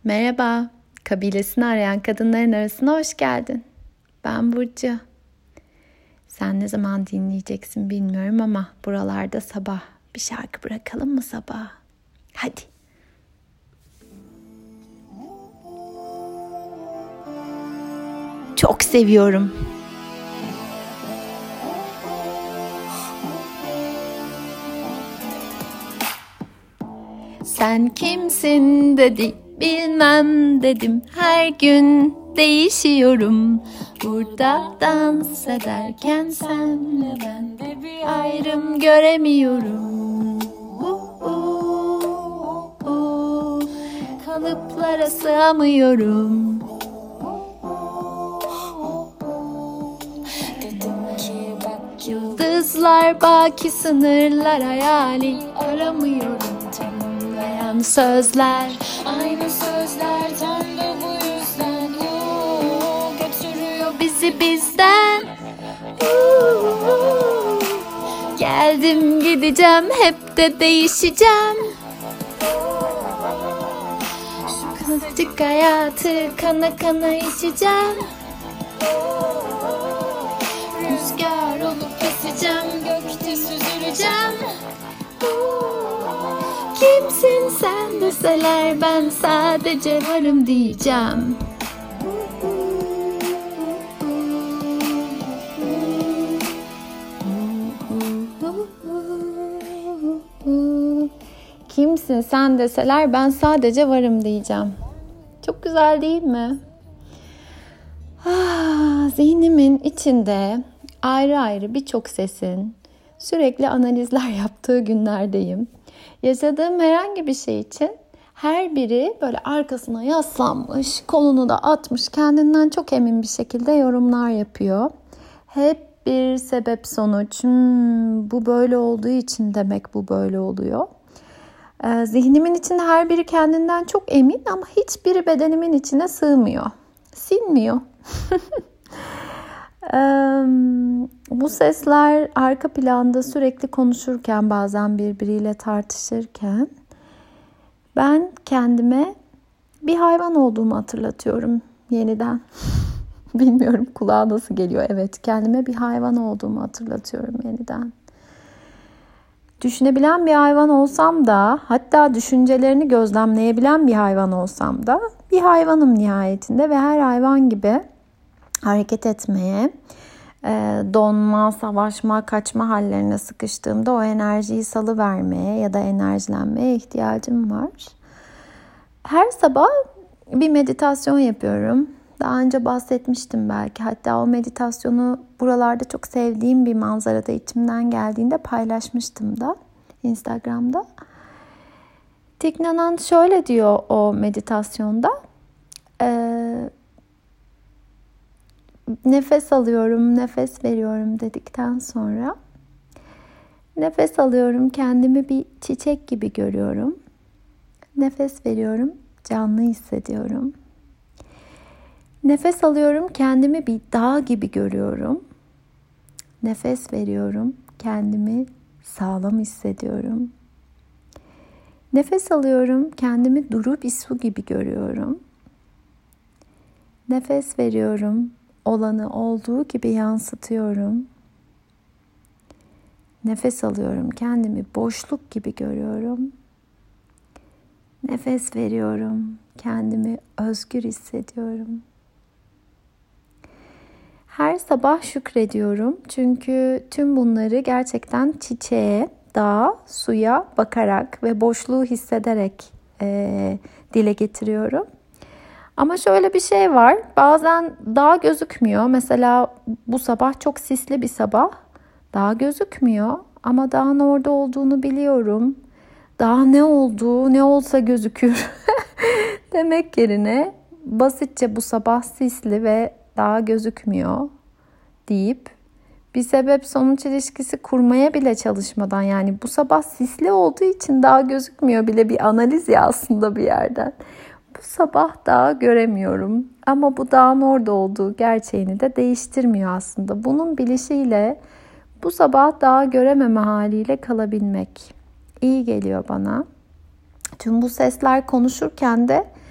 Merhaba, kabilesini arayan kadınların arasına hoş geldin. Ben Burcu. Sen ne zaman dinleyeceksin bilmiyorum ama buralarda sabah bir şarkı bırakalım mı sabah? Hadi. Çok seviyorum. Sen kimsin dedi, bilmem dedim. Her gün değişiyorum. Burada dans ederken senle ben de bir ayrım göremiyorum. Kalıplara sığamıyorum. Dedim ki bak yıldızlar baki sınırlar hayali aramıyorum. Tanımlayan sözler aynı sözler tam da bu yüzden götürüyor bizi bizden. Geldim gideceğim hep de değişeceğim. Şu kısacık hayatı kana kana içeceğim. Rüzgar olup eseceğim, gökte süzüleceğim. Kimsin sen deseler ben sadece varım diyeceğim. Kimsin sen deseler ben sadece varım diyeceğim. Çok güzel değil mi? Zihnimin içinde ayrı ayrı birçok sesin sürekli analizler yaptığı günlerdeyim. Yaşadığım herhangi bir şey için her biri böyle arkasına yaslanmış, kolunu da atmış, kendinden çok emin bir şekilde yorumlar yapıyor. Hep bir sebep sonuç, bu böyle olduğu için demek bu böyle oluyor. Zihnimin içinde her biri kendinden çok emin ama hiçbiri bedenimin içine sığmıyor, sinmiyor. Bu sesler arka planda sürekli konuşurken, bazen birbiriyle tartışırken ben kendime bir hayvan olduğumu hatırlatıyorum yeniden. Bilmiyorum kulağa nasıl geliyor. Evet, kendime bir hayvan olduğumu hatırlatıyorum yeniden. Düşünebilen bir hayvan olsam da, hatta düşüncelerini gözlemleyebilen bir hayvan olsam da bir hayvanım nihayetinde ve her hayvan gibi hareket etmeye, donma, savaşma, kaçma hallerine sıkıştığımda o enerjiyi salıvermeye ya da enerjilenmeye ihtiyacım var. Her sabah bir meditasyon yapıyorum. Daha önce bahsetmiştim belki. Hatta o meditasyonu buralarda çok sevdiğim bir manzarada içimden geldiğinde paylaşmıştım da Instagram'da. Thich Nhat Hanh şöyle diyor o meditasyonda. Nefes alıyorum, nefes veriyorum dedikten sonra nefes alıyorum, kendimi bir çiçek gibi görüyorum. Nefes veriyorum, canlı hissediyorum. Nefes alıyorum, kendimi bir dağ gibi görüyorum. Nefes veriyorum, kendimi sağlam hissediyorum. Nefes alıyorum, kendimi duru bir su gibi görüyorum. Nefes veriyorum, olanı olduğu gibi yansıtıyorum. Nefes alıyorum, kendimi boşluk gibi görüyorum. Nefes veriyorum, kendimi özgür hissediyorum. Her sabah şükrediyorum çünkü tüm bunları gerçekten çiçeğe, dağa, suya bakarak ve boşluğu hissederek dile getiriyorum. Ama şöyle bir şey var, bazen dağ gözükmüyor. Mesela bu sabah çok sisli bir sabah, dağ gözükmüyor ama dağın orada olduğunu biliyorum. Dağ ne olduğu, ne olsa gözükür demek yerine basitçe bu sabah sisli ve dağ gözükmüyor deyip bir sebep sonuç ilişkisi kurmaya bile çalışmadan, yani bu sabah sisli olduğu için dağ gözükmüyor bile bir analiz ya aslında bir yerden. Bu sabah dağ göremiyorum ama bu dağın orada olduğu gerçeğini de değiştirmiyor aslında. Bunun bilişiyle bu sabah dağ görememe haliyle kalabilmek iyi geliyor bana. Tüm bu sesler konuşurken de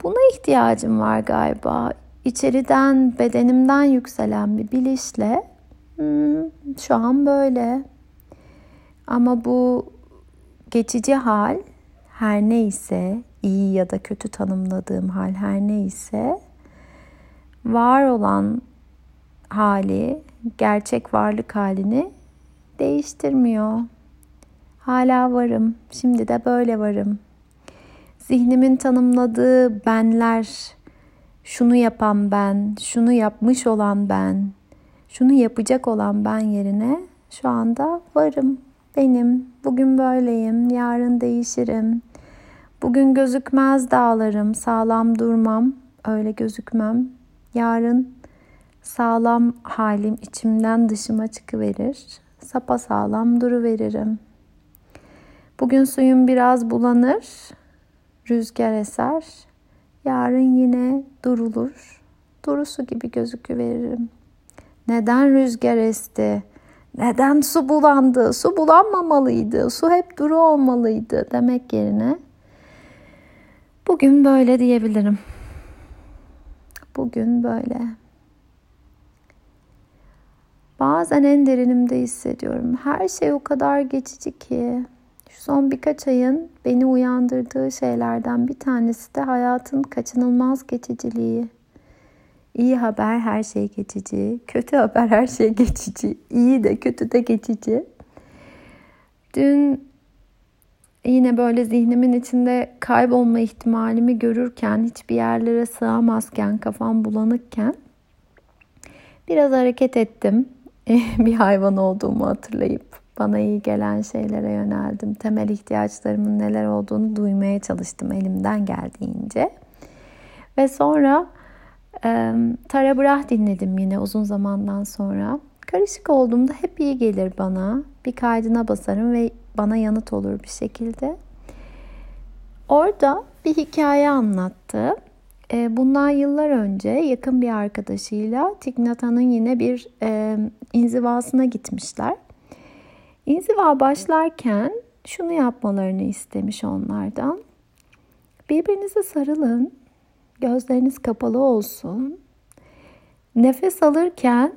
Buna ihtiyacım var galiba. İçeriden, bedenimden yükselen bir bilinçle şu an böyle. Ama bu geçici hal, her neyse, iyi ya da kötü tanımladığım hal her neyse, var olan hali, gerçek varlık halini değiştirmiyor. Hala varım. Şimdi de böyle varım. Zihnimin tanımladığı benler, şunu yapan ben, şunu yapmış olan ben, şunu yapacak olan ben yerine şu anda varım. Benim. Bugün böyleyim. Yarın değişirim. Bugün gözükmez dağlarım. Sağlam durmam. Öyle gözükmem. Yarın sağlam halim içimden dışıma çıkıverir. Sapasağlam duruveririm. Bugün suyum biraz bulanır. Rüzgar eser. Yarın yine durulur. Durusu gibi gözüküveririm. Neden rüzgar esti? Neden su bulandı? Su bulanmamalıydı. Su hep duru olmalıydı demek yerine bugün böyle diyebilirim. Bugün böyle. Bazen en derinimde hissediyorum. Her şey o kadar geçici ki. Şu son birkaç ayın beni uyandırdığı şeylerden bir tanesi de hayatın kaçınılmaz geçiciliği. İyi haber her şey geçici, kötü haber her şey geçici, iyi de kötü de geçici. Dün yine böyle zihnimin içinde kaybolma ihtimalimi görürken, hiçbir yerlere sığamazken, kafam bulanıkken biraz hareket ettim. Bir hayvan olduğumu hatırlayıp bana iyi gelen şeylere yöneldim. Temel ihtiyaçlarımın neler olduğunu duymaya çalıştım elimden geldiğince. Ve sonra Tara Brach dinledim yine uzun zamandan sonra. Karışık olduğumda hep iyi gelir bana. Bir kaydına basarım ve bana yanıt olur bir şekilde. Orada bir hikaye anlattı. Bundan yıllar önce yakın bir arkadaşıyla Thich Nhat Hanh'ın yine bir inzivasına gitmişler. İnziva başlarken şunu yapmalarını istemiş onlardan. Birbirinize sarılın. Gözleriniz kapalı olsun. Nefes alırken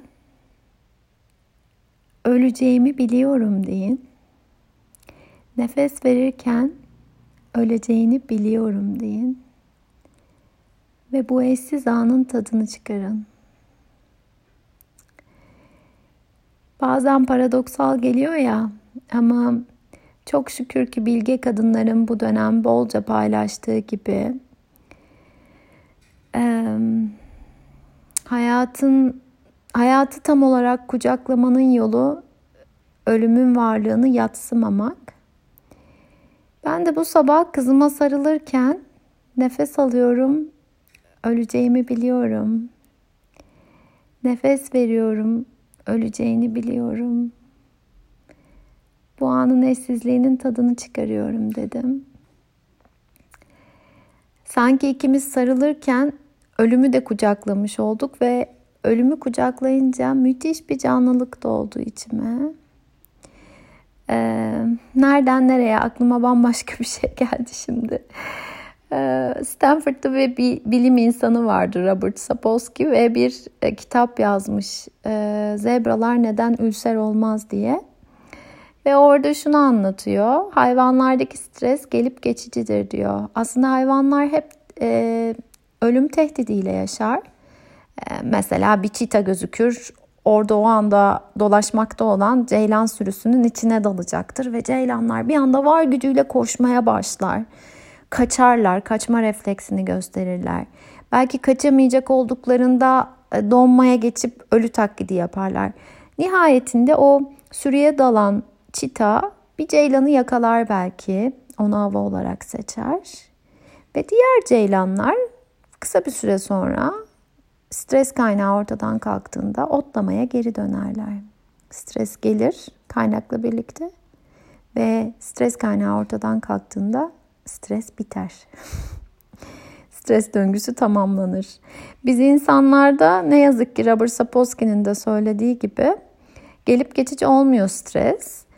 öleceğimi biliyorum deyin. Nefes verirken öleceğini biliyorum deyin. Ve bu eşsiz anın tadını çıkarın. Bazen paradoksal geliyor ya, ama çok şükür ki bilge kadınların bu dönem bolca paylaştığı gibi hayatı tam olarak kucaklamanın yolu ölümün varlığını yadsımamak. Ben de bu sabah kızıma sarılırken nefes alıyorum, öleceğimi biliyorum. Nefes veriyorum, öleceğini biliyorum. Bu anın eşsizliğinin tadını çıkarıyorum dedim. Sanki ikimiz sarılırken ölümü de kucaklamış olduk ve ölümü kucaklayınca müthiş bir canlılık doldu içime. Nereden nereye aklıma bambaşka bir şey geldi şimdi. Stanford'da bir bilim insanı vardı, Robert Sapolsky, ve bir kitap yazmış. Zebralar neden ülser olmaz diye. Ve orada şunu anlatıyor. Hayvanlardaki stres gelip geçicidir diyor. Aslında hayvanlar hep ölüm tehdidiyle yaşar. Mesela bir çita gözükür. Orada o anda dolaşmakta olan ceylan sürüsünün içine dalacaktır. Ve ceylanlar bir anda var gücüyle koşmaya başlar. Kaçarlar, kaçma refleksini gösterirler. Belki kaçamayacak olduklarında donmaya geçip ölü taklidi yaparlar. Nihayetinde o sürüye dalan çita bir ceylanı yakalar belki. Onu avı olarak seçer. Ve diğer ceylanlar kısa bir süre sonra stres kaynağı ortadan kalktığında otlamaya geri dönerler. Stres gelir kaynakla birlikte ve stres kaynağı ortadan kalktığında stres biter. Stres döngüsü tamamlanır. Biz insanlarda ne yazık ki Robert Sapolsky'nin de söylediği gibi gelip geçici olmuyor stres.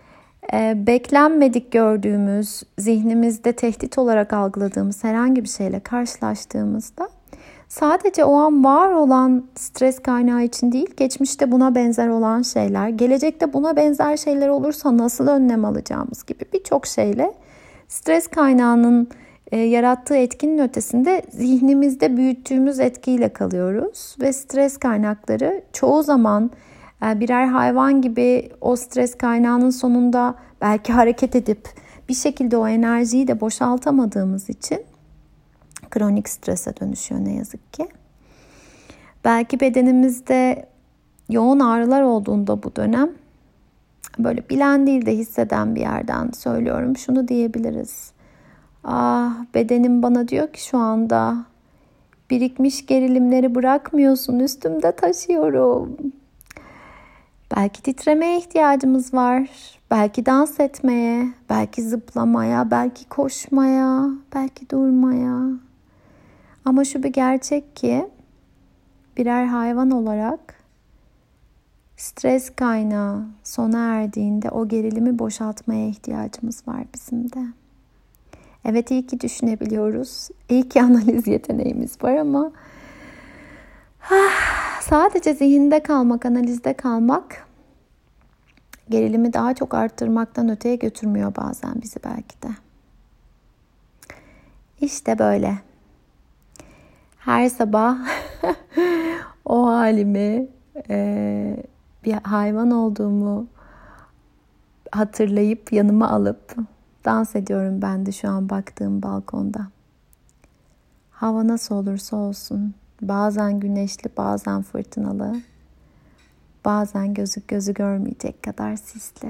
Beklenmedik gördüğümüz, zihnimizde tehdit olarak algıladığımız herhangi bir şeyle karşılaştığımızda sadece o an var olan stres kaynağı için değil, geçmişte buna benzer olan şeyler, gelecekte buna benzer şeyler olursa nasıl önlem alacağımız gibi birçok şeyle stres kaynağının yarattığı etkinin ötesinde zihnimizde büyüttüğümüz etkiyle kalıyoruz. Ve stres kaynakları çoğu zaman birer hayvan gibi o stres kaynağının sonunda belki hareket edip bir şekilde o enerjiyi de boşaltamadığımız için kronik strese dönüşüyor ne yazık ki. Belki bedenimizde yoğun ağrılar olduğunda bu dönem, böyle bilen değil de hisseden bir yerden söylüyorum, şunu diyebiliriz. Bedenim bana diyor ki şu anda birikmiş gerilimleri bırakmıyorsun, üstümde taşıyorum. Belki titremeye ihtiyacımız var. Belki dans etmeye, belki zıplamaya, belki koşmaya, belki durmaya. Ama şu bir gerçek ki birer hayvan olarak stres kaynağı sona erdiğinde o gerilimi boşaltmaya ihtiyacımız var bizim de. Evet, iyi ki düşünebiliyoruz. İyi ki analiz yeteneğimiz var ama sadece zihinde kalmak, analizde kalmak gerilimi daha çok arttırmaktan öteye götürmüyor bazen bizi belki de. İşte böyle. Her sabah o halimi, bir hayvan olduğumu hatırlayıp yanıma alıp dans ediyorum ben de şu an baktığım balkonda. Hava nasıl olursa olsun, bazen güneşli, bazen fırtınalı, bazen gözü görmeyecek kadar sisli.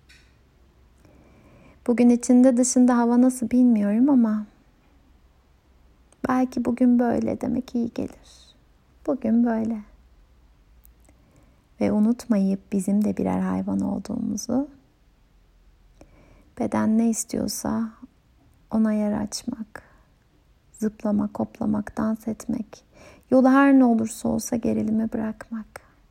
Bugün içinde dışında hava nasıl bilmiyorum ama belki bugün böyle demek iyi gelir. Bugün böyle. Ve unutmayıp bizim de birer hayvan olduğumuzu, beden ne istiyorsa ona yer açmak, zıplamak, hoplamak, dans etmek, yolu her ne olursa olsa gerilimi bırakmak.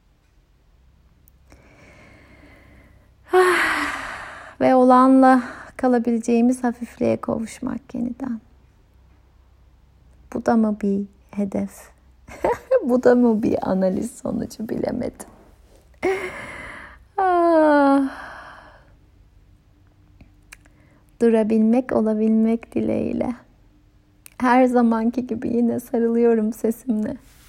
Ve olanla kalabileceğimiz hafifliğe kavuşmak yeniden. Bu da mı bir hedef? Bu da mı bir analiz sonucu, bilemedim. Durabilmek, olabilmek dileğiyle. Her zamanki gibi yine sarılıyorum sesimle.